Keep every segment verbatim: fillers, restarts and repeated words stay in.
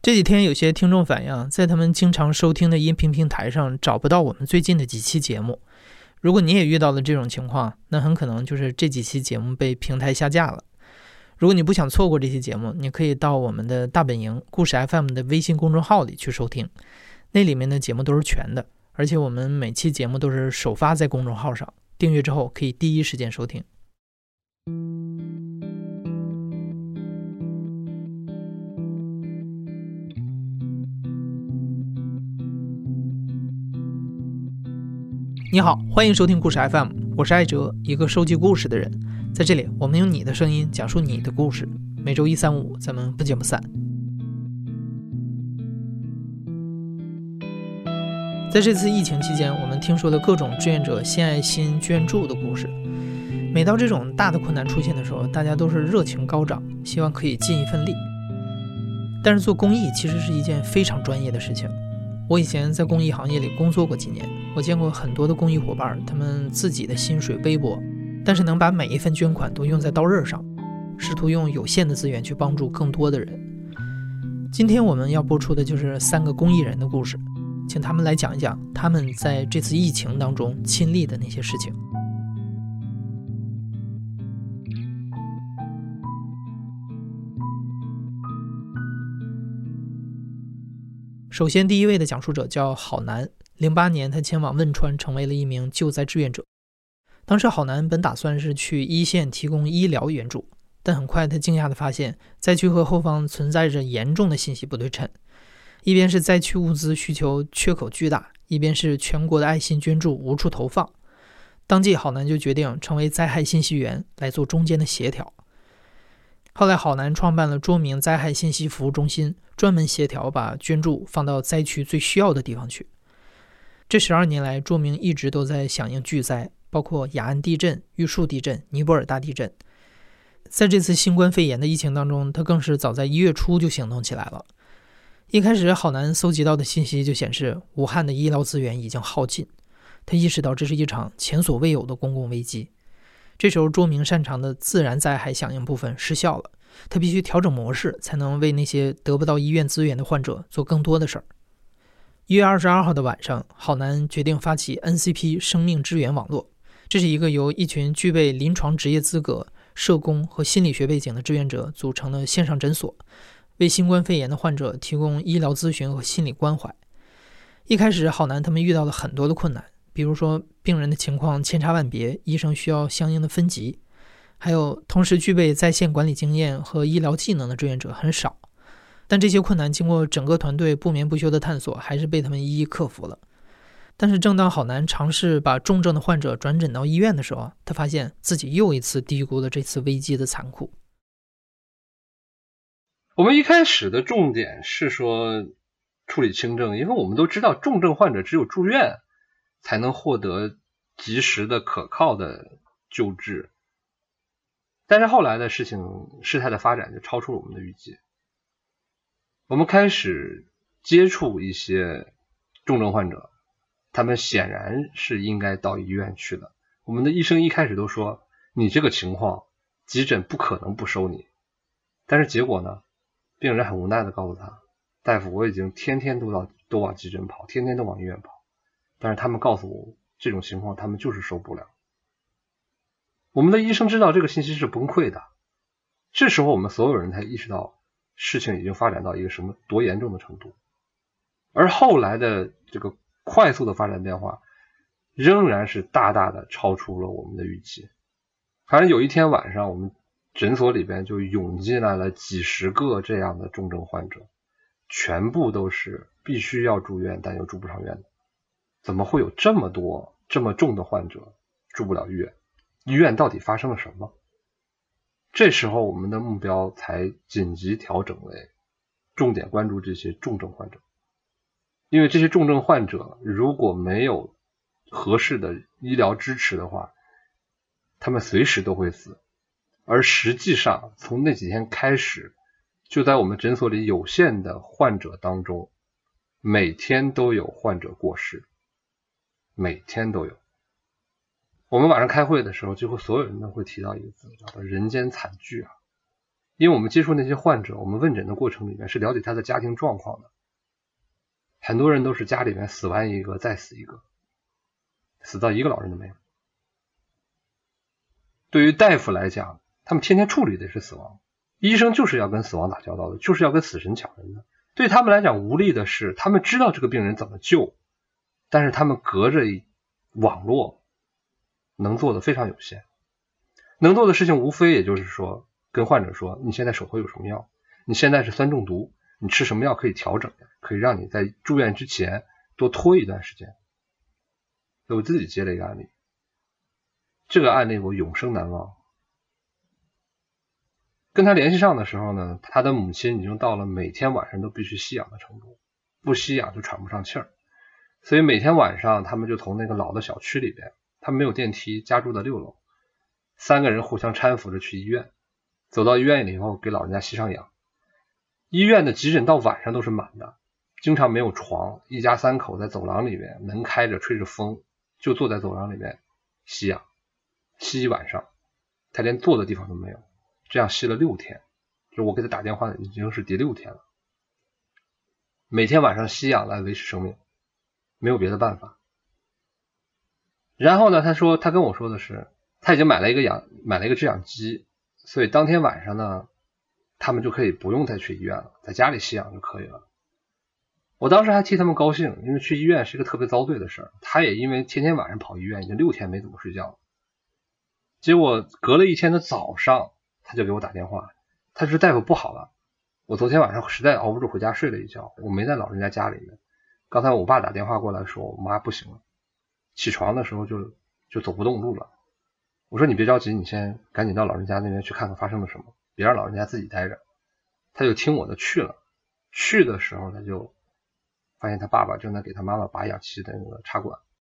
这几天有些听众反映，在他们经常收听的音频平台上找不到我们最近的几期节目。如果你也遇到了这种情况，那很可能就是这几期节目被平台下架了。如果你不想错过这期节目，你可以到我们的大本营故事 F M 的微信公众号里去收听，那里面的节目都是全的，而且我们每期节目都是首发在公众号上，订阅之后可以第一时间收听。你好，欢迎收听故事 F M， 我是艾哲，一个收集故事的人。在这里，我们用你的声音讲述你的故事。每周一、三、五，咱们不见不散。在这次疫情期间，我们听说了各种志愿者献爱心、捐助的故事。每到这种大的困难出现的时候，大家都是热情高涨，希望可以尽一份力。但是做公益其实是一件非常专业的事情。我以前在公益行业里工作过几年，我见过很多的公益伙伴，他们自己的薪水微薄，但是能把每一份捐款都用在刀刃上，试图用有限的资源去帮助更多的人。今天我们要播出的就是三个公益人的故事，请他们来讲一讲他们在这次疫情当中亲历的那些事情。首先第一位的讲述者叫郝楠，零八年他前往汶川成为了一名救灾志愿者。当时郝楠本打算是去一线提供医疗援助，但很快他惊讶地发现灾区和后方存在着严重的信息不对称，一边是灾区物资需求缺口巨大，一边是全国的爱心捐助无处投放。当即郝楠就决定成为灾害信息员，来做中间的协调。后来郝楠创办了卓明灾害信息服务中心，专门协调把捐助放到灾区最需要的地方去。这十二年来，卓明一直都在响应巨灾，包括雅安地震、玉树地震、尼泊尔大地震。在这次新冠肺炎的疫情当中，他更是早在一月初就行动起来了。一开始郝楠搜集到的信息就显示，武汉的医疗资源已经耗尽，他意识到这是一场前所未有的公共危机。这时候卓明擅长的自然灾害响应部分失效了，他必须调整模式，才能为那些得不到医院资源的患者做更多的事儿。一月二十二号的晚上，郝楠决定发起 N C P 生命支援网络，这是一个由一群具备临床职业资格、社工和心理学背景的志愿者组成的线上诊所，为新冠肺炎的患者提供医疗咨询和心理关怀。一开始郝楠他们遇到了很多的困难，比如说病人的情况千差万别，医生需要相应的分级，还有同时具备在线管理经验和医疗技能的志愿者很少。但这些困难经过整个团队不眠不休的探索，还是被他们一一克服了。但是正当郝楠尝试把重症的患者转诊到医院的时候，他发现自己又一次低估了这次危机的残酷。 我们一开始的重点是说处理轻症，因为我们都知道重症患者只有住院才能获得及时的可靠的救治。但是后来的事情事态的发展就超出了我们的预计，我们开始接触一些重症患者，他们显然是应该到医院去的。我们的医生一开始都说，你这个情况急诊不可能不收你。但是结果呢，病人很无奈的告诉他，大夫，我已经天天都到都往急诊跑，天天都往医院跑，但是他们告诉我，这种情况他们就是受不了。我们的医生知道这个信息是崩溃的，这时候我们所有人才意识到事情已经发展到一个什么多严重的程度。而后来的这个快速的发展变化仍然是大大的超出了我们的预期。反正有一天晚上，我们诊所里边就涌进来了几十个这样的重症患者，全部都是必须要住院但又住不上院的。怎么会有这么多这么重的患者住不了院？医院到底发生了什么？这时候我们的目标才紧急调整为重点关注这些重症患者，因为这些重症患者如果没有合适的医疗支持的话，他们随时都会死。而实际上从那几天开始，就在我们诊所里有限的患者当中，每天都有患者过世，每天都有。我们晚上开会的时候，几乎所有人都会提到一个字，叫做人间惨剧啊。 因为我们接触那些患者，我们问诊的过程里面是了解他的家庭状况的，很多人都是家里面死完一个再死一个，死到一个老人都没有。对于大夫来讲，他们天天处理的是死亡，医生就是要跟死亡打交道的，就是要跟死神抢人的。对他们来讲无力的是，他们知道这个病人怎么救，但是他们隔着网络能做的非常有限，能做的事情无非也就是说跟患者说，你现在手头有什么药，你现在是酸中毒，你吃什么药可以调整，可以让你在住院之前多拖一段时间。我自己接了一个案例，这个案例我永生难忘。跟他联系上的时候呢，他的母亲已经到了每天晚上都必须吸氧的程度，不吸氧就喘不上气儿，所以每天晚上他们就从那个老的小区里边，他们没有电梯，家住在六楼，三个人互相搀扶着去医院，走到医院里以后给老人家吸上氧。医院的急诊到晚上都是满的，经常没有床，一家三口在走廊里面，门开着吹着风，就坐在走廊里面吸氧，吸一晚上，他连坐的地方都没有，这样吸了六天，就我给他打电话已经是第六天了。每天晚上吸氧来维持生命，没有别的办法。然后呢，他说他跟我说的是，他已经买了一个氧买了一个制氧机，所以当天晚上呢，他们就可以不用再去医院了，在家里吸氧就可以了。我当时还替他们高兴，因为去医院是一个特别遭罪的事儿，他也因为天天晚上跑医院，已经六天没怎么睡觉了。结果隔了一天的早上，他就给我打电话，他说大夫不好了，我昨天晚上实在熬不住回家睡了一觉，我没在老人家家里面。刚才我爸打电话过来说我妈不行了，起床的时候就就走不动路了。我说你别着急，你先赶紧到老人家那边去看看发生了什么，别让老人家自己待着。他就听我的去了，去的时候他就发现他爸爸正在给他妈妈拔氧气的那个插管。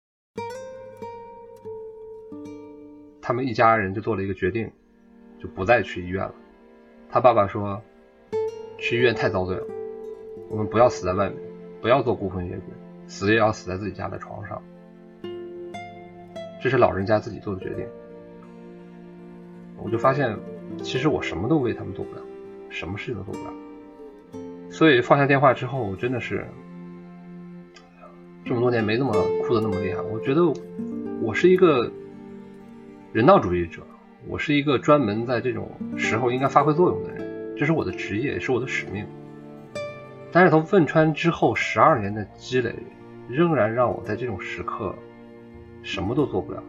他们一家人就做了一个决定，就不再去医院了。他爸爸说去医院太遭罪了，我们不要死在外面，不要做孤魂野鬼，死也要死在自己家的床上。这是老人家自己做的决定。我就发现其实我什么都为他们做不了，什么事都做不了。所以放下电话之后，我真的是这么多年没那么哭得那么厉害。我觉得我是一个人道主义者，我是一个专门在这种时候应该发挥作用的人，这是我的职业，也是我的使命。但是从汶川之后十二年的积累，仍然让我在这种时刻什么都做不了。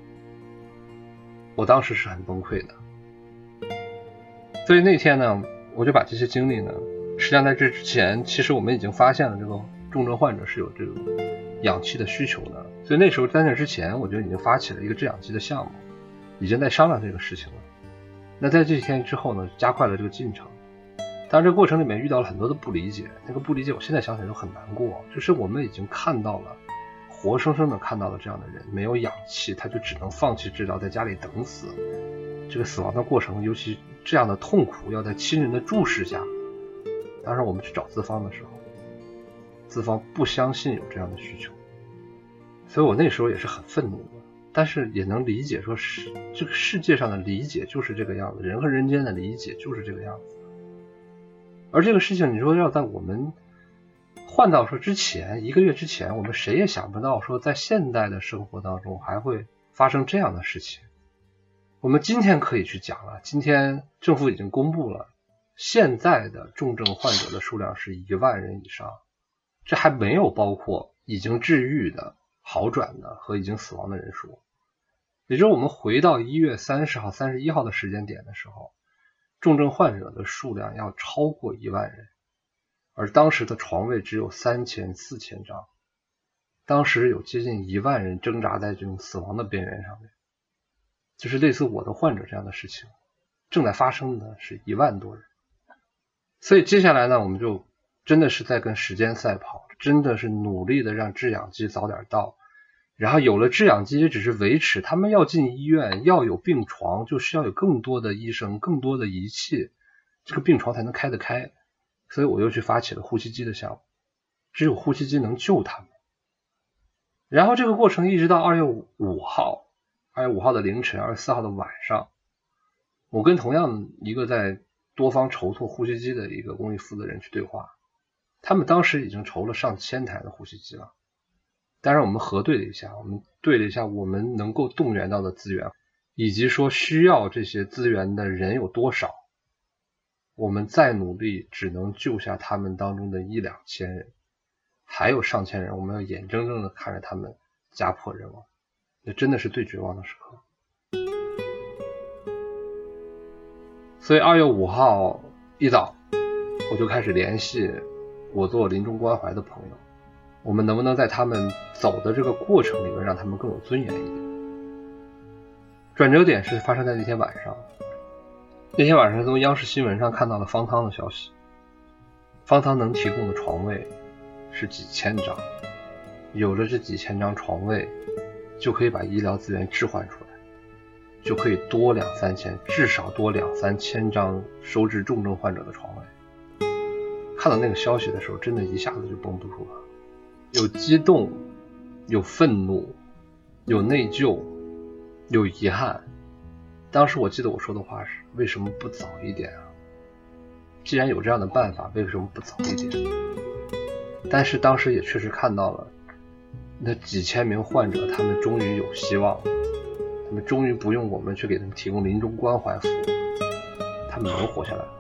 我当时是很崩溃的。所以那天呢，我就把这些经历呢，实际上在这之前，其实我们已经发现了这个重症患者是有这种氧气的需求的。所以那时候在那之前，我就已经发起了一个制氧机的项目，已经在商量这个事情了。那在这几天之后呢，加快了这个进程。当然这个过程里面遇到了很多的不理解，那个不理解我现在想起来都很难过，就是我们已经看到了活生生的看到了这样的人没有氧气，他就只能放弃治疗，在家里等死。这个死亡的过程，尤其这样的痛苦要在亲人的注视下。当然我们去找资方的时候，资方不相信有这样的需求，所以我那时候也是很愤怒的，但是也能理解说是这个世界上的理解就是这个样子，人和人间的理解就是这个样子。而这个事情你说要在我们换到说之前一个月之前，我们谁也想不到说在现代的生活当中还会发生这样的事情。我们今天可以去讲了，今天政府已经公布了现在的重症患者的数量是一万人以上，这还没有包括已经治愈的、好转的和已经死亡的人数。也就是我们回到一月三十号、三十一号的时间点的时候，重症患者的数量要超过一万人，而当时的床位只有三千、四千张，当时有接近一万人挣扎在这种死亡的边缘上面，就是类似我的患者这样的事情正在发生的是一万多人。所以接下来呢，我们就真的是在跟时间赛跑，真的是努力的让制氧机早点到，然后有了制氧机也只是维持，他们要进医院要有病床，就需要有更多的医生更多的仪器，这个病床才能开得开。所以我又去发起了呼吸机的项目，只有呼吸机能救他们。然后这个过程一直到二月五号，二月五号的凌晨，二月四号的晚上，我跟同样一个在多方筹措呼吸机的一个公益负责人去对话，他们当时已经筹了上千台的呼吸机了。当然我们核对了一下，我们对了一下我们能够动员到的资源，以及说需要这些资源的人有多少，我们再努力只能救下他们当中的一两千人，还有上千人我们要眼睁睁地看着他们家破人亡，那真的是最绝望的时刻。所以二月五号一早我就开始联系我做临终关怀的朋友，我们能不能在他们走的这个过程里面让他们更有尊严一点。转折点是发生在那天晚上，那天晚上从央视新闻上看到了方舱的消息，方舱能提供的床位是几千张，有了这几千张床位就可以把医疗资源置换出来，就可以多两三千，至少多两三千张收治重症患者的床位。看到那个消息的时候，真的一下子就绷不住了，有激动，有愤怒，有内疚，有遗憾。当时我记得我说的话是：为什么不早一点啊？既然有这样的办法，为什么不早一点？但是当时也确实看到了那几千名患者，他们终于有希望，他们终于不用我们去给他们提供临终关怀服务，他们能活下来了。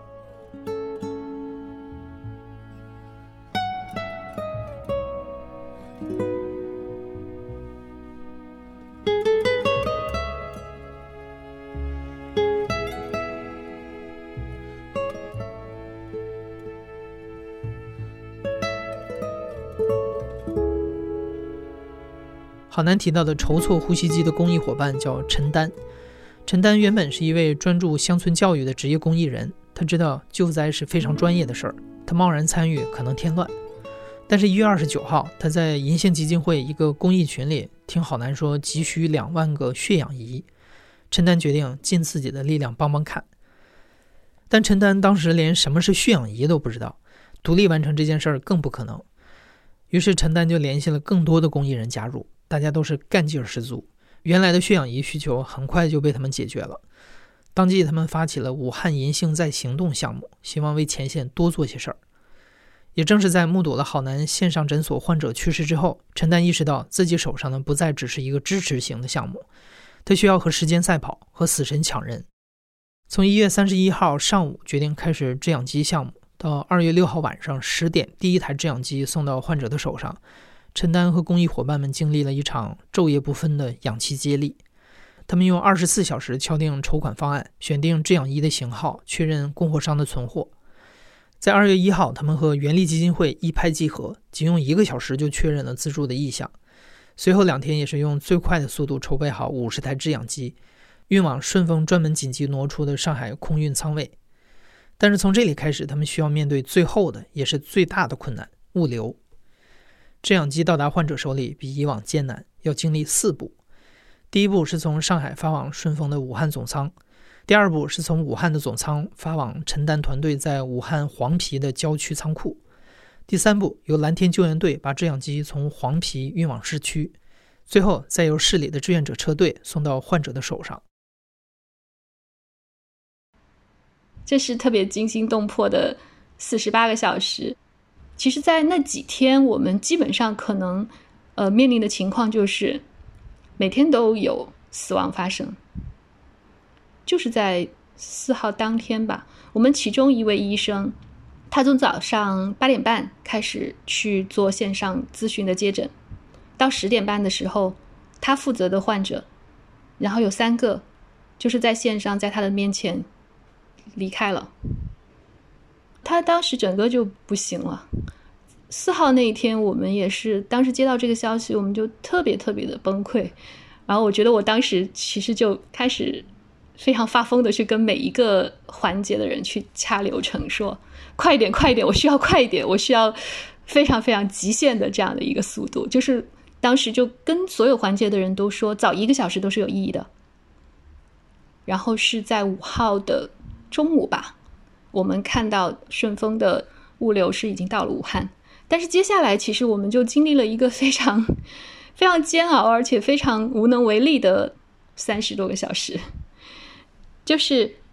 郝楠提到的筹措呼吸机的公益伙伴叫陈丹。陈丹原本是一位专注乡村教育的职业公益人，他知道救灾是非常专业的事儿，他贸然参与可能添乱。但是一月二十九号，他在银杏基金会一个公益群里听郝楠说急需两万个血氧仪，陈丹决定尽自己的力量帮帮看。但陈丹当时连什么是血氧仪都不知道，独立完成这件事儿更不可能。于是陈丹就联系了更多的公益人加入，大家都是干劲十足，原来的血氧仪需求很快就被他们解决了。当即他们发起了武汉银杏在行动项目，希望为前线多做些事儿。也正是在目睹了郝楠线上诊所患者去世之后，陈丹意识到自己手上的不再只是一个支持型的项目，他需要和时间赛跑，和死神抢人。从一月三十一号上午决定开始制氧机项目，到二月六号晚上十点第一台制氧机送到患者的手上，陈丹和公益伙伴们经历了一场昼夜不分的氧气接力。他们用二十四小时敲定筹款方案，选定制氧仪的型号，确认供货商的存货。在二月一号，他们和原力基金会一拍即合，仅用一个小时就确认了资助的意向。随后两天也是用最快的速度筹备好五十台制氧机，运往顺丰专门紧急挪出的上海空运仓位。但是从这里开始，他们需要面对最后的也是最大的困难——物流。制氧机到达患者手里比以往艰难，要经历四步。第一步是从上海发往顺丰的武汉总仓，第二步是从武汉的总仓发往陈丹团队在武汉黄陂的郊区仓库，第三步由蓝天救援队把制氧机从黄陂运往市区，最后再由市里的志愿者车队送到患者的手上。 这是特别惊心动魄的四十八个小时。其实在那几天我们基本上可能呃面临的情况就是每天都有死亡发生。就是在四号当天吧，我们其中一位医生，他从早上八点半开始去做线上咨询的接诊，到十点半的时候，他负责的患者，然后有三个就是在线上在他的面前离开了。他当时整个就不行了。四号那一天我们也是当时接到这个消息，我们就特别特别的崩溃。然后我觉得我当时其实就开始非常发疯的去跟每一个环节的人去掐流程，说快一点快一点，我需要快一点，我需要非常非常极限的这样的一个速度。就是当时就跟所有环节的人都说早一个小时都是有意义的。然后是在五号的中午吧，我们看到顺丰的物流是已经到了武汉，但是接下来其实我们就经历了一个非常非常煎熬而且非常无能为力的三十多个小时。就是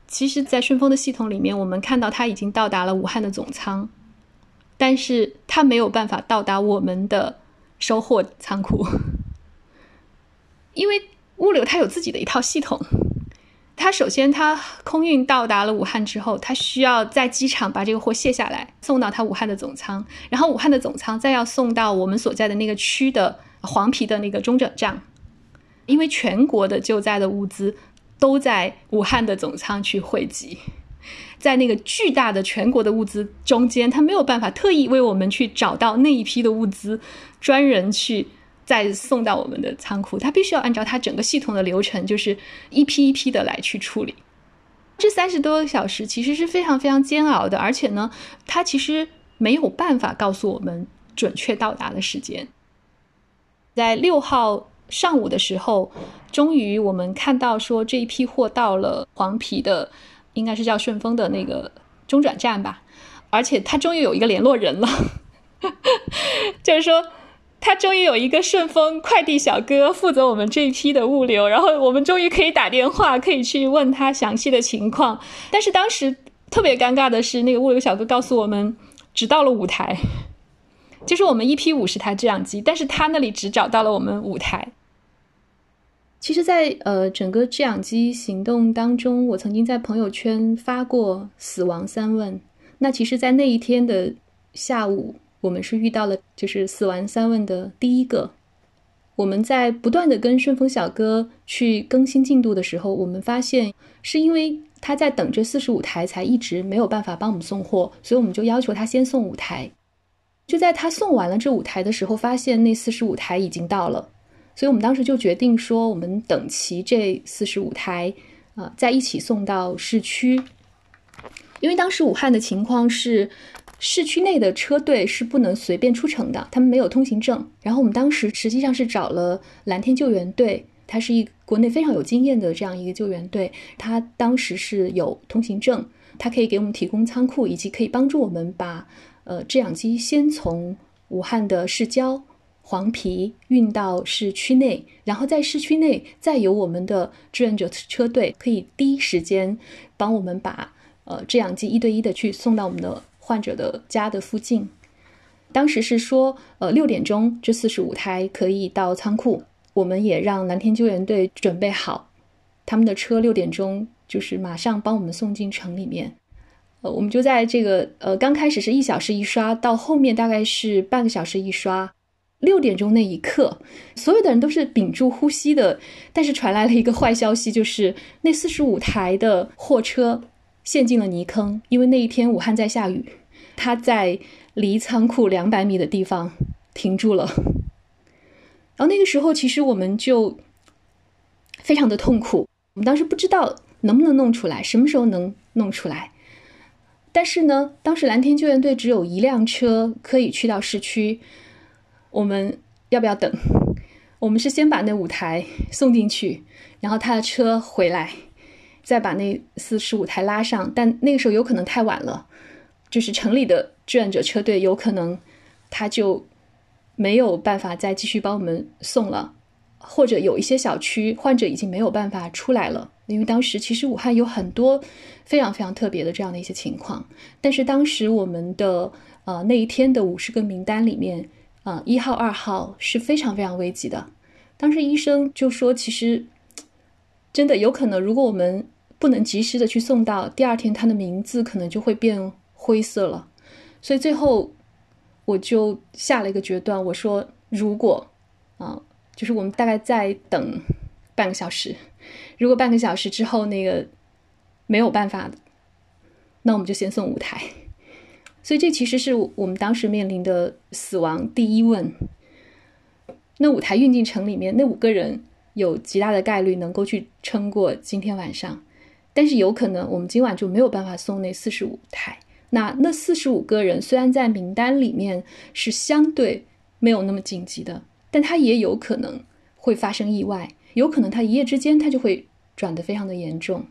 其实在顺丰的系统里面，我们看到它已经到达了武汉的总仓，但是它没有办法到达我们的收货仓库，因为物流它有自己的一套系统。它首先它空运到达了武汉之后，它需要在机场把这个货卸下来送到它武汉的总仓，然后武汉的总仓再要送到我们所在的那个区的黄陂的那个中转站，因为全国的救灾的物资都在武汉的总仓去汇集，在那个巨大的全国的物资中间，他没有办法特意为我们去找到那一批的物资，专人去再送到我们的仓库，他必须要按照他整个系统的流程，就是一批一批的来去处理。这三十多个小时其实是非常非常煎熬的，而且呢，他其实没有办法告诉我们准确到达的时间。在六号上午的时候，终于我们看到说这一批货到了黄陂的，应该是叫顺丰的那个中转站吧，而且他终于有一个联络人了就是说他终于有一个顺丰快递小哥负责我们这一批的物流，然后我们终于可以打电话，可以去问他详细的情况。但是当时特别尴尬的是，那个物流小哥告诉我们只到了五台，就是我们一批五十台制氧机，但是他那里只找到了我们五台。其实在呃整个制氧机行动当中，我曾经在朋友圈发过死亡三问。那其实在那一天的下午，我们是遇到了就是死亡三问的第一个。我们在不断的跟顺丰小哥去更新进度的时候，我们发现是因为他在等这四十五台才一直没有办法帮我们送货，所以我们就要求他先送五台。就在他送完了这五台的时候，发现那四十五台已经到了，所以我们当时就决定说，我们等齐这四十五台呃，再一起送到市区。因为当时武汉的情况是市区内的车队是不能随便出城的，他们没有通行证。然后我们当时实际上是找了蓝天救援队，它是一国内非常有经验的这样一个救援队，他当时是有通行证，他可以给我们提供仓库，以及可以帮助我们把呃制氧机先从武汉的市郊黄陂运到市区内，然后在市区内再由我们的志愿者车队可以第一时间帮我们把呃制氧机一对一的去送到我们的患者的家的附近。当时是说呃六点钟这四十五台可以到仓库，我们也让蓝天救援队准备好他们的车，六点钟就是马上帮我们送进城里面。呃我们就在这个呃刚开始是一小时一刷，到后面大概是半个小时一刷。六点钟那一刻，所有的人都是屏住呼吸的，但是传来了一个坏消息，就是那四十五台的货车陷进了泥坑，因为那一天武汉在下雨，它在离仓库两百米的地方停住了。然后那个时候其实我们就非常的痛苦，我们当时不知道能不能弄出来，什么时候能弄出来。但是呢，当时蓝天救援队只有一辆车可以去到市区，我们要不要等？我们是先把那五台送进去，然后他的车回来，再把那四十五台拉上。但那个时候有可能太晚了，就是城里的志愿者车队有可能他就没有办法再继续帮我们送了，或者有一些小区患者已经没有办法出来了。因为当时其实武汉有很多非常非常特别的这样的一些情况，但是当时我们的呃那一天的五十个名单里面，呃一号二号是非常非常危急的。当时医生就说，其实真的有可能，如果我们不能及时的去送到，第二天他的名字可能就会变灰色了。所以最后我就下了一个决断，我说如果啊、呃，就是我们大概再等半个小时，如果半个小时之后那个没有办法的，那我们就先送五台。所以这其实是我们当时面临的死亡第一问。那五台运进城里面，那五个人有极大的概率能够去撑过今天晚上，但是有可能我们今晚就没有办法送那四十五台。那那四十五个人虽然在名单里面是相对没有那么紧急的，但他也有可能会发生意外，有可能他一夜之间他就会转得非常的严重。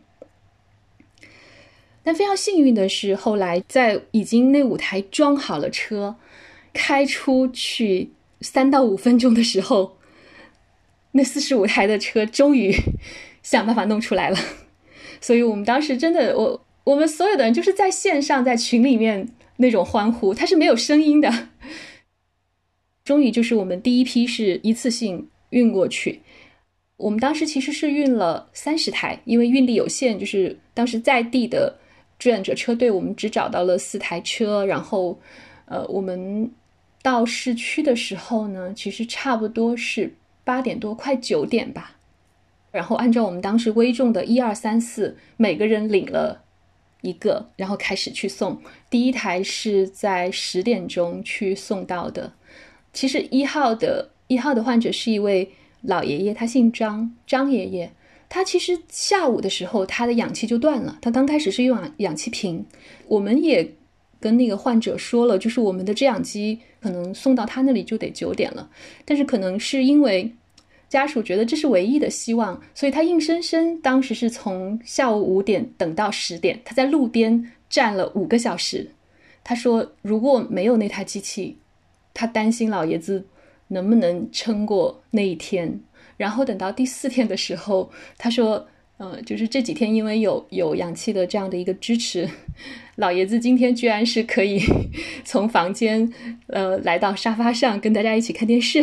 但非常幸运的是，后来在已经那五台装好了车开出去三到五分钟的时候，那四十五台的车终于想办法弄出来了。 所以我们当时真的，我我们所有的人就是在线上在群里面那种欢呼，它是没有声音的。终于就是我们第一批是一次性运过去，我们当时其实是运了三十台，因为运力有限，就是当时在地的志愿者车队我们只找到了四台车，然后呃，我们到市区的时候呢，其实差不多是八点多快九点吧，然后按照我们当时危重的一二三四，每个人领了一个，然后开始去送。第一台是在十点钟去送到的。其实一号的一号的患者是一位老爷爷，他姓张，张爷爷。他其实下午的时候他的氧气就断了，他刚开始是用氧气瓶，我们也跟那个患者说了，就是我们的制氧机可能送到他那里就得九点了，但是可能是因为家属觉得这是唯一的希望，所以他硬生生当时是从下午五点等到十点，他在路边站了五个小时。他说如果没有那台机器，他担心老爷子能不能撑过那一天。然后等到第四天的时候，他说呃，就是这几天因为有有氧气的这样的一个支持，老爷子今天居然是可以从房间呃来到沙发上跟大家一起看电视。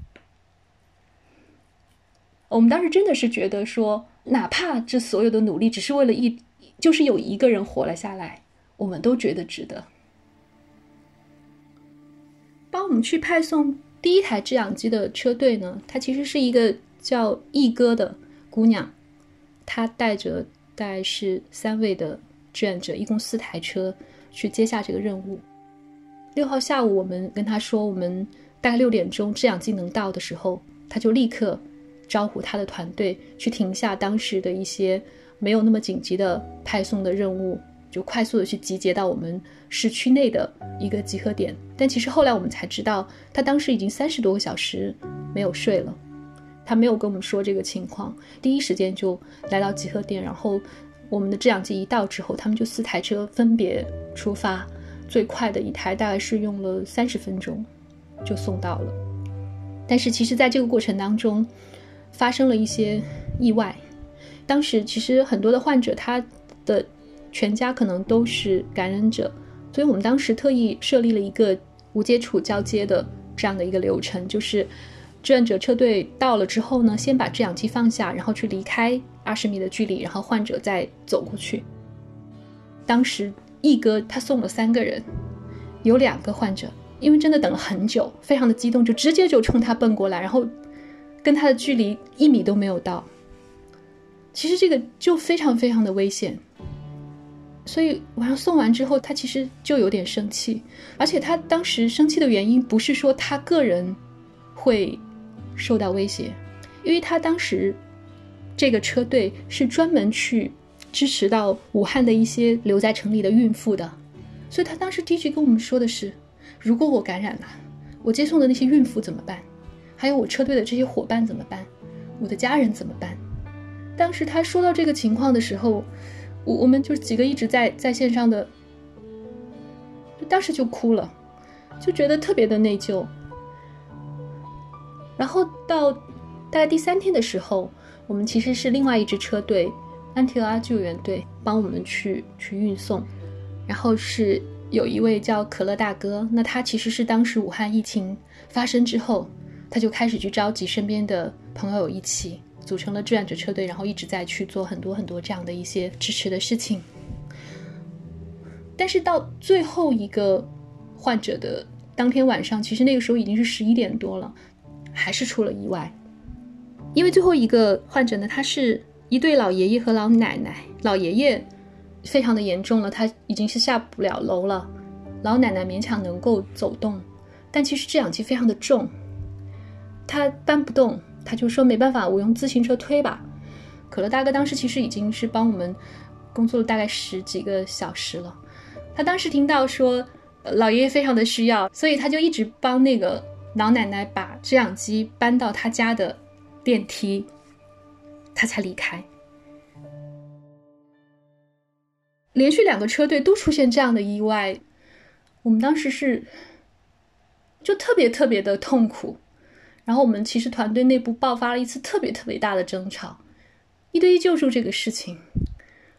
我们当时真的是觉得说，哪怕这所有的努力只是为了一就是有一个人活了下来，我们都觉得值得。帮我们去派送第一台制氧机的车队呢，她其实是一个叫易哥的姑娘，她带着大概是三位的志愿者，一共四台车去接下这个任务。六号下午我们跟她说我们大概六点钟制氧机能到的时候，她就立刻招呼她的团队去停下当时的一些没有那么紧急的派送的任务，就快速的去集结到我们市区内的一个集合点。但其实后来我们才知道，他当时已经三十多个小时没有睡了，他没有跟我们说这个情况，第一时间就来到集合点，然后我们的制氧机一到之后，他们就四台车分别出发，最快的一台大概是用了三十分钟就送到了。但是其实在这个过程当中发生了一些意外，当时其实很多的患者他的全家可能都是感染者，所以我们当时特意设立了一个无接触交接的这样的一个流程，就是志愿者车队到了之后呢，先把制氧机放下，然后去离开二十米的距离，然后患者再走过去。当时易哥他送了三个人，有两个患者因为真的等了很久，非常的激动，就直接就冲他奔过来，然后跟他的距离一米都没有到。其实这个就非常非常的危险，所以晚上送完之后他其实就有点生气，而且他当时生气的原因不是说他个人会受到威胁，因为他当时这个车队是专门去支持到武汉的一些留在城里的孕妇的，所以他当时第一句跟我们说的是，如果我感染了，我接送的那些孕妇怎么办？还有我车队的这些伙伴怎么办？我的家人怎么办？当时他说到这个情况的时候，我我们就几个一直在在线上的，当时就哭了，就觉得特别的内疚。然后到大概第三天的时候，我们其实是另外一支车队安提阿救援队帮我们去去运送，然后是有一位叫可乐大哥，那他其实是当时武汉疫情发生之后，他就开始去召集身边的朋友一起组成了志愿者车队，然后一直在去做很多很多这样的一些支持的事情。但是到最后一个患者的当天晚上，其实那个时候已经是十一点多了，还是出了意外。因为最后一个患者呢，他是一对老爷爷和老奶奶，老爷爷非常的严重了，他已经是下不了楼了，老奶奶勉强能够走动，但其实制氧机非常的重，他搬不动，他就说没办法，我用自行车推吧。可乐大哥当时其实已经是帮我们工作了大概十几个小时了，他当时听到说老爷爷非常的需要，所以他就一直帮那个老奶奶把制氧机搬到他家的电梯，他才离开。连续两个车队都出现这样的意外，我们当时是就特别特别的痛苦。然后我们其实团队内部爆发了一次特别特别大的争吵，一对一救助这个事情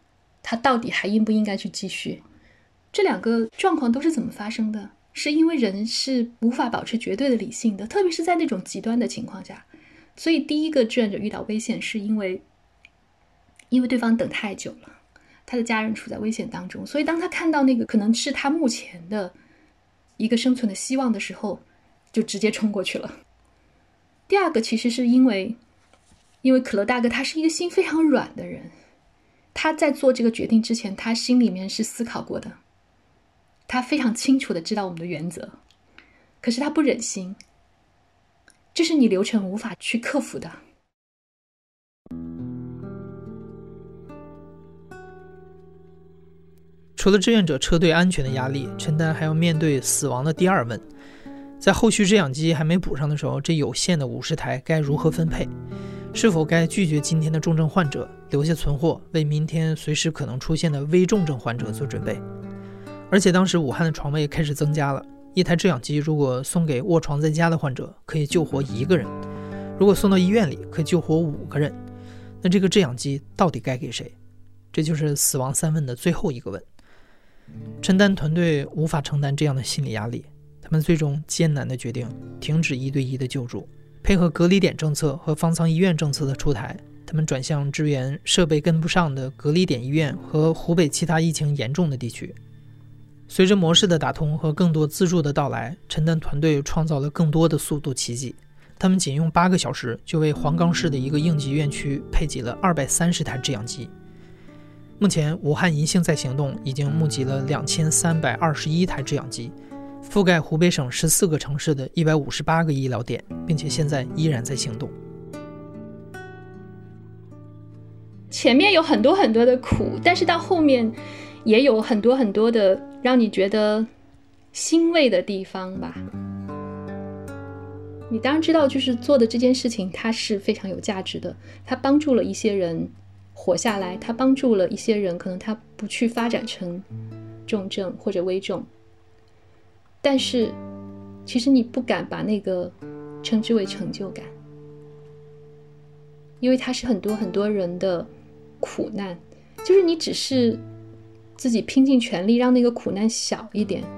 他到底还应不应该去继续？这两个状况都是怎么发生的？是因为人是无法保持绝对的理性的，特别是在那种极端的情况下。所以第一个志愿者遇到危险是因为因为对方等太久了，他的家人处在危险当中，所以当他看到那个可能是他目前的一个生存的希望的时候，就直接冲过去了。第二个其实是因为因为可乐大哥他是一个心非常软的人，他在做这个决定之前，他心里面是思考过的，他非常清楚的知道我们的原则，可是他不忍心，这是你流程无法去克服的。 除了志愿者车队安全的压力，陈丹还要面对死亡的第二问。在后续制氧机还没补上的时候，这有限的五十台该如何分配？是否该拒绝今天的重症患者，留下存货，为明天随时可能出现的危重症患者做准备？而且当时武汉的床位开始增加了，一台制氧机如果送给卧床在家的患者，可以救活一个人；如果送到医院里，可以救活五个人。那这个制氧机到底该给谁？这就是死亡三问的最后一个问。陈丹团队无法承担这样的心理压力，他们最终艰难地决定停止一对一的救助，配合隔离点政策和方舱医院政策的出台，他们转向支援设备跟不上的隔离点医院和湖北其他疫情严重的地区。随着模式的打通和更多资助的到来，陈丹团队创造了更多的速度奇迹。他们仅用八个小时就为黄冈市的一个应急院区配给了二百三十台制氧机。目前武汉银杏在行动已经募集了两千三百二十一台制氧机，覆盖湖北省十四个城市的一百五十八个医疗点，并且现在依然在行动。 前面有很多很多的苦，但是到后面也有很多很多的让你觉得欣慰的地方吧。你当然知道，就是做的这件事情它是非常有价值的，它帮助了一些人活下来，它帮助了一些人可能他不去发展成重症或者危重，但是其实你不敢把那个称之为成就感，因为它是很多很多人的苦难，就是你只是自己拼尽全力让那个苦难小一点。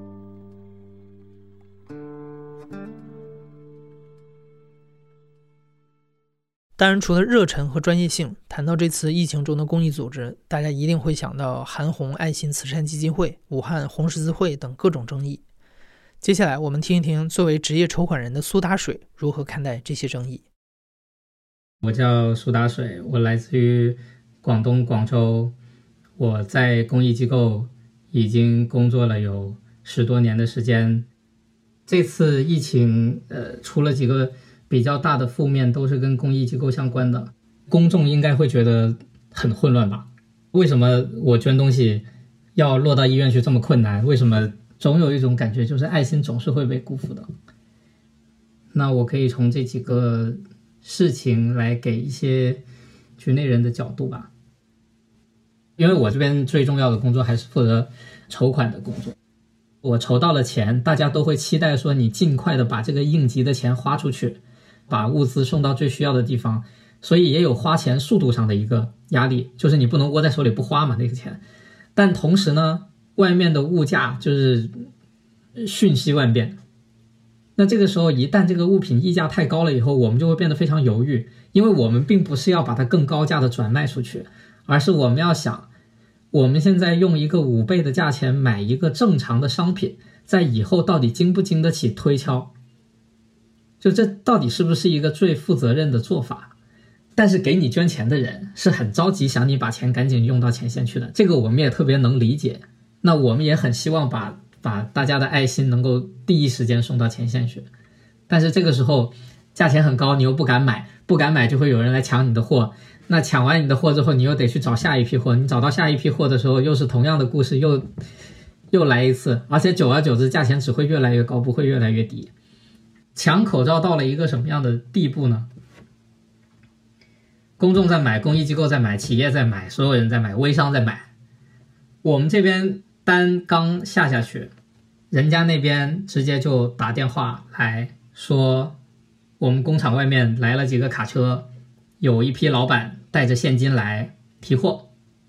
当然除了热忱和专业性，谈到这次疫情中的公益组织，大家一定会想到韩红爱心慈善基金会、武汉红十字会等各种争议。接下来我们听一听作为职业筹款人的苏打水如何看待这些争议。 我叫苏打水，我来自于广东广州，我在公益机构已经工作了有十多年的时间。这次疫情呃，出了几个比较大的负面，都是跟公益机构相关的。公众应该会觉得很混乱吧？为什么我捐东西要落到医院去这么困难？为什么总有一种感觉就是爱心总是会被辜负的？那我可以从这几个事情来给一些局内人的角度吧。因为我这边最重要的工作还是负责筹款的工作。我筹到了钱，大家都会期待说你尽快的把这个应急的钱花出去，把物资送到最需要的地方，所以也有花钱速度上的一个压力，就是你不能握在手里不花嘛，那个钱。但同时呢，外面的物价就是瞬息万变。那这个时候一旦这个物品溢价太高了以后，我们就会变得非常犹豫，因为我们并不是要把它更高价的转卖出去，而是我们要想，我们现在用一个五倍的价钱买一个正常的商品，在以后到底经不经得起推敲，就这到底是不是一个最负责任的做法。但是给你捐钱的人是很着急想你把钱赶紧用到前线去的，这个我们也特别能理解。那我们也很希望把把大家的爱心能够第一时间送到前线去，但是这个时候价钱很高，你又不敢买，不敢买就会有人来抢你的货，那抢完你的货之后，你又得去找下一批货，你找到下一批货的时候，又是同样的故事，又又来一次，而且久而久之价钱只会越来越高，不会越来越低。抢口罩到了一个什么样的地步呢？公众在买，公益机构在买，企业在买，所有人在买，微商在买。我们这边单刚下下去，人家那边直接就打电话来说，我们工厂外面来了几个卡车，有一批老板带着现金来提货，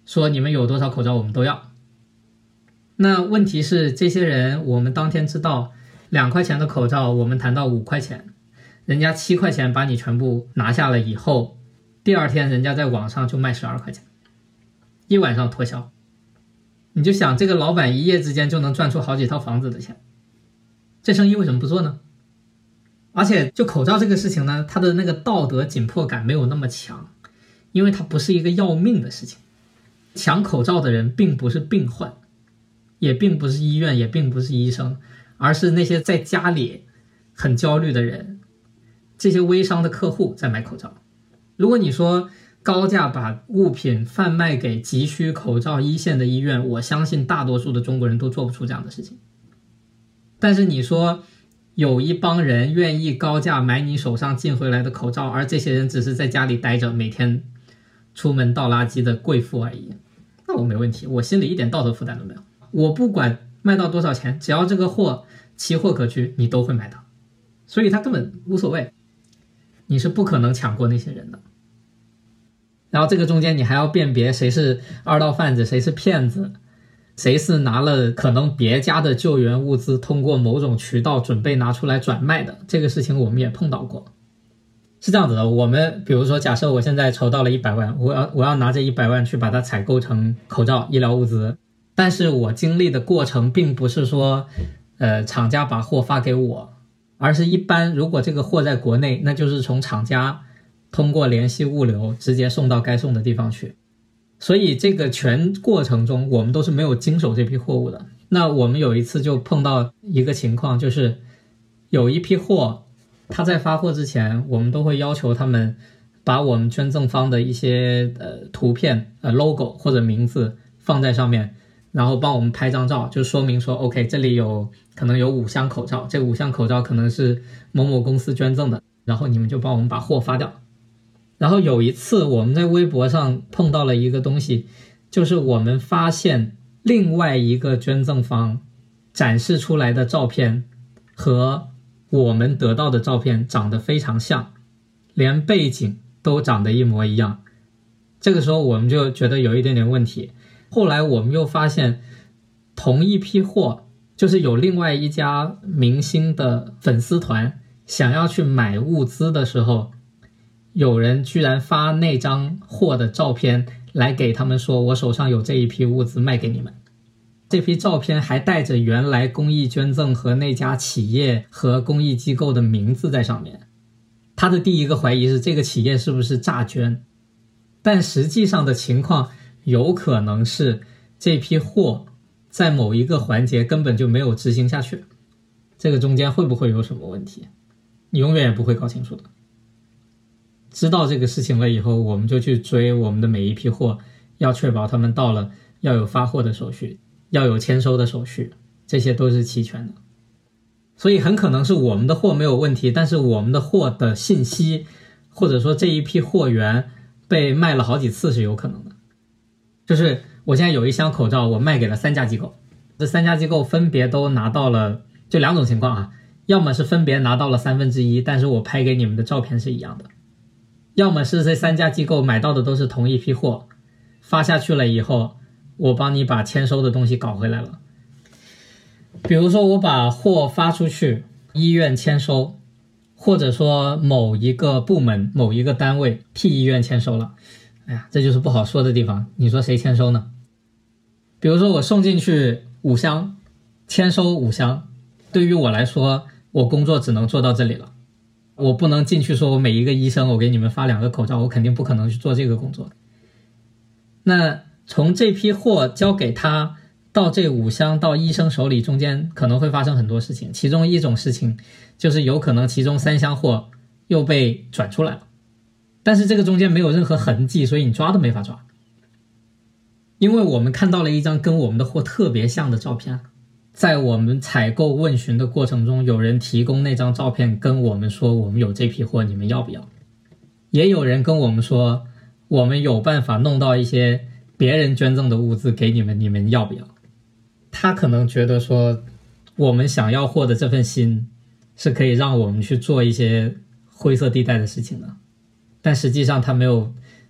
说你们有多少口罩我们都要。那问题是这些人我们当天知道两块钱的口罩我们谈到五块钱，人家七块钱把你全部拿下了以后，第二天人家在网上就卖十二块钱，一晚上脱销。你就想这个老板一夜之间就能赚出好几套房子的钱，这生意为什么不做呢？而且就口罩这个事情呢，它的那个道德紧迫感没有那么强，因为它不是一个要命的事情。抢口罩的人并不是病患，也并不是医院，也并不是医生，而是那些在家里很焦虑的人，这些微商的客户在买口罩。如果你说高价把物品贩卖给急需口罩一线的医院，我相信大多数的中国人都做不出这样的事情。但是你说有一帮人愿意高价买你手上进回来的口罩，而这些人只是在家里待着，每天出门倒垃圾的贵妇而已，那我没问题，我心里一点道德负担都没有。我不管卖到多少钱，只要这个货奇货可居，你都会买到，所以他根本无所谓，你是不可能抢过那些人的。然后这个中间你还要辨别谁是二道贩子，谁是骗子，谁是拿了可能别家的救援物资通过某种渠道准备拿出来转卖的，这个事情我们也碰到过。是这样子的，我们比如说假设我现在筹到了一百万，我要我要拿这一百万去把它采购成口罩医疗物资，但是我经历的过程并不是说呃厂家把货发给我，而是一般如果这个货在国内，那就是从厂家通过联系物流直接送到该送的地方去，所以这个全过程中我们都是没有经手这批货物的。那我们有一次就碰到一个情况，就是有一批货他在发货之前，我们都会要求他们把我们捐赠方的一些呃图片呃 logo 或者名字放在上面，然后帮我们拍张照，就说明说 OK 这里有可能有五箱口罩，这五箱口罩可能是某某公司捐赠的，然后你们就帮我们把货发掉。然后有一次我们在微博上碰到了一个东西，就是我们发现另外一个捐赠方展示出来的照片和我们得到的照片长得非常像，连背景都长得一模一样。这个时候我们就觉得有一点点问题。后来我们又发现同一批货，就是有另外一家明星的粉丝团想要去买物资的时候，有人居然发那张货的照片来给他们说，我手上有这一批物资卖给你们。这批照片还带着原来公益捐赠和那家企业和公益机构的名字在上面。他的第一个怀疑是这个企业是不是诈捐，但实际上的情况有可能是这批货在某一个环节根本就没有执行下去，这个中间会不会有什么问题，你永远也不会搞清楚的。知道这个事情了以后，我们就去追我们的每一批货，要确保他们到了要有发货的手续，要有签收的手续，这些都是齐全的。所以很可能是我们的货没有问题，但是我们的货的信息或者说这一批货源被卖了好几次是有可能的。就是我现在有一箱口罩，我卖给了三家机构，这三家机构分别都拿到了，就两种情况啊，要么是分别拿到了三分之一，但是我拍给你们的照片是一样的，要么是这三家机构买到的都是同一批货，发下去了以后我帮你把签收的东西搞回来了。比如说我把货发出去，医院签收，或者说某一个部门某一个单位替医院签收了，哎呀，这就是不好说的地方，你说谁签收呢？比如说我送进去五箱，签收五箱，对于我来说我工作只能做到这里了，我不能进去说我每一个医生我给你们发两个口罩，我肯定不可能去做这个工作。那从这批货交给他到这五箱到医生手里，中间可能会发生很多事情，其中一种事情就是有可能其中三箱货又被转出来了，但是这个中间没有任何痕迹，所以你抓都没法抓。因为我们看到了一张跟我们的货特别像的照片，在我们采购问询的过程中，有人提供那张照片跟我们说我们有这批货，你们要不要？也有人跟我们说我们有办法弄到一些别人捐赠的物资给你们，你们要不要？他可能觉得说我们想要货的这份心是可以让我们去做一些灰色地带的事情的，但实际上他没有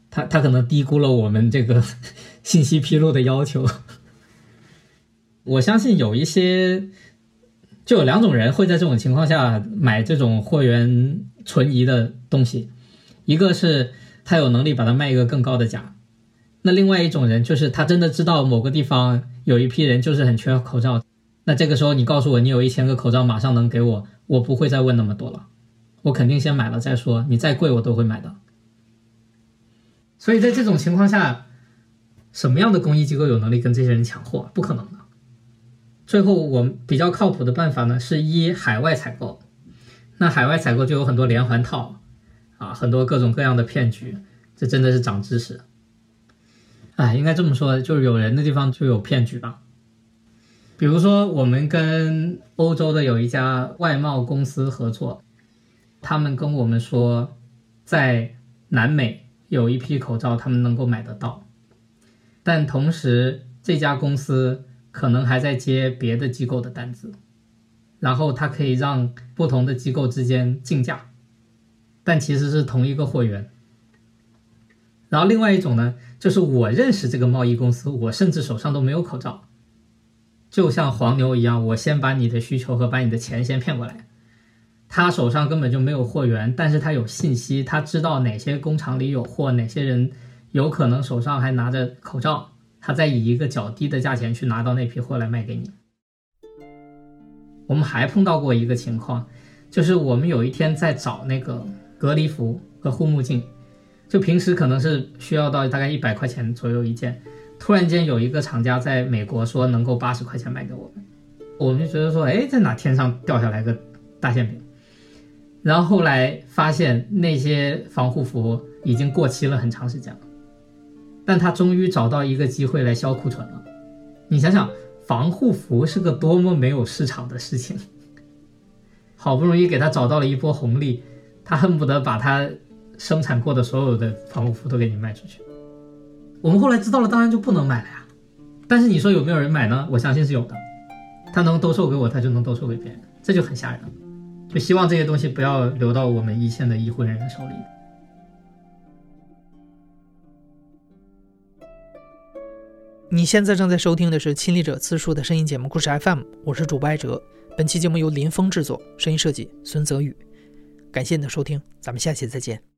他他可能低估了我们这个信息披露的要求。我相信有一些，就有两种人会在这种情况下买这种货源存疑的东西，一个是他有能力把它卖一个更高的价，那另外一种人就是他真的知道某个地方有一批人就是很缺口罩，那这个时候你告诉我你有一千个口罩马上能给我，我不会再问那么多了，我肯定先买了再说，你再贵我都会买的。所以在这种情况下，什么样的公益机构有能力跟这些人抢货？不可能的。最后我们比较靠谱的办法呢，是一海外采购。那海外采购就有很多连环套啊，很多各种各样的骗局，这真的是长知识。哎，应该这么说，就是有人的地方就有骗局吧。比如说我们跟欧洲的有一家外贸公司合作，他们跟我们说在南美有一批口罩他们能够买得到，但同时这家公司可能还在接别的机构的单子，然后它可以让不同的机构之间竞价，但其实是同一个货源。然后另外一种呢，就是我认识这个贸易公司，我甚至手上都没有口罩，就像黄牛一样，我先把你的需求和把你的钱先骗过来，他手上根本就没有货源，但是他有信息，他知道哪些工厂里有货，哪些人有可能手上还拿着口罩，他再以一个较低的价钱去拿到那批货来卖给你。我们还碰到过一个情况，就是我们有一天在找那个隔离服和护目镜，就平时可能是需要到大概一百块钱左右一件，突然间有一个厂家在美国说能够八十块钱卖给我们，我们就觉得说，哎，在哪天上掉下来个大馅饼。然后后来发现那些防护服已经过期了很长时间了，但他终于找到一个机会来销库存了。你想想，防护服是个多么没有市场的事情，好不容易给他找到了一波红利，他恨不得把他生产过的所有的防护服都给你卖出去。我们后来知道了，当然就不能买了呀。但是你说有没有人买呢？我相信是有的，他能兜售给我，他就能兜售给别人，这就很吓人了。就希望这些东西不要流到我们一线的医护人员手里。 你现在正在收听的是亲历者自述的声音节目故事 F M， 我是主播艾哲。本期节目由林峰制作，声音设计孙泽宇。感谢你的收听，咱们下期再见。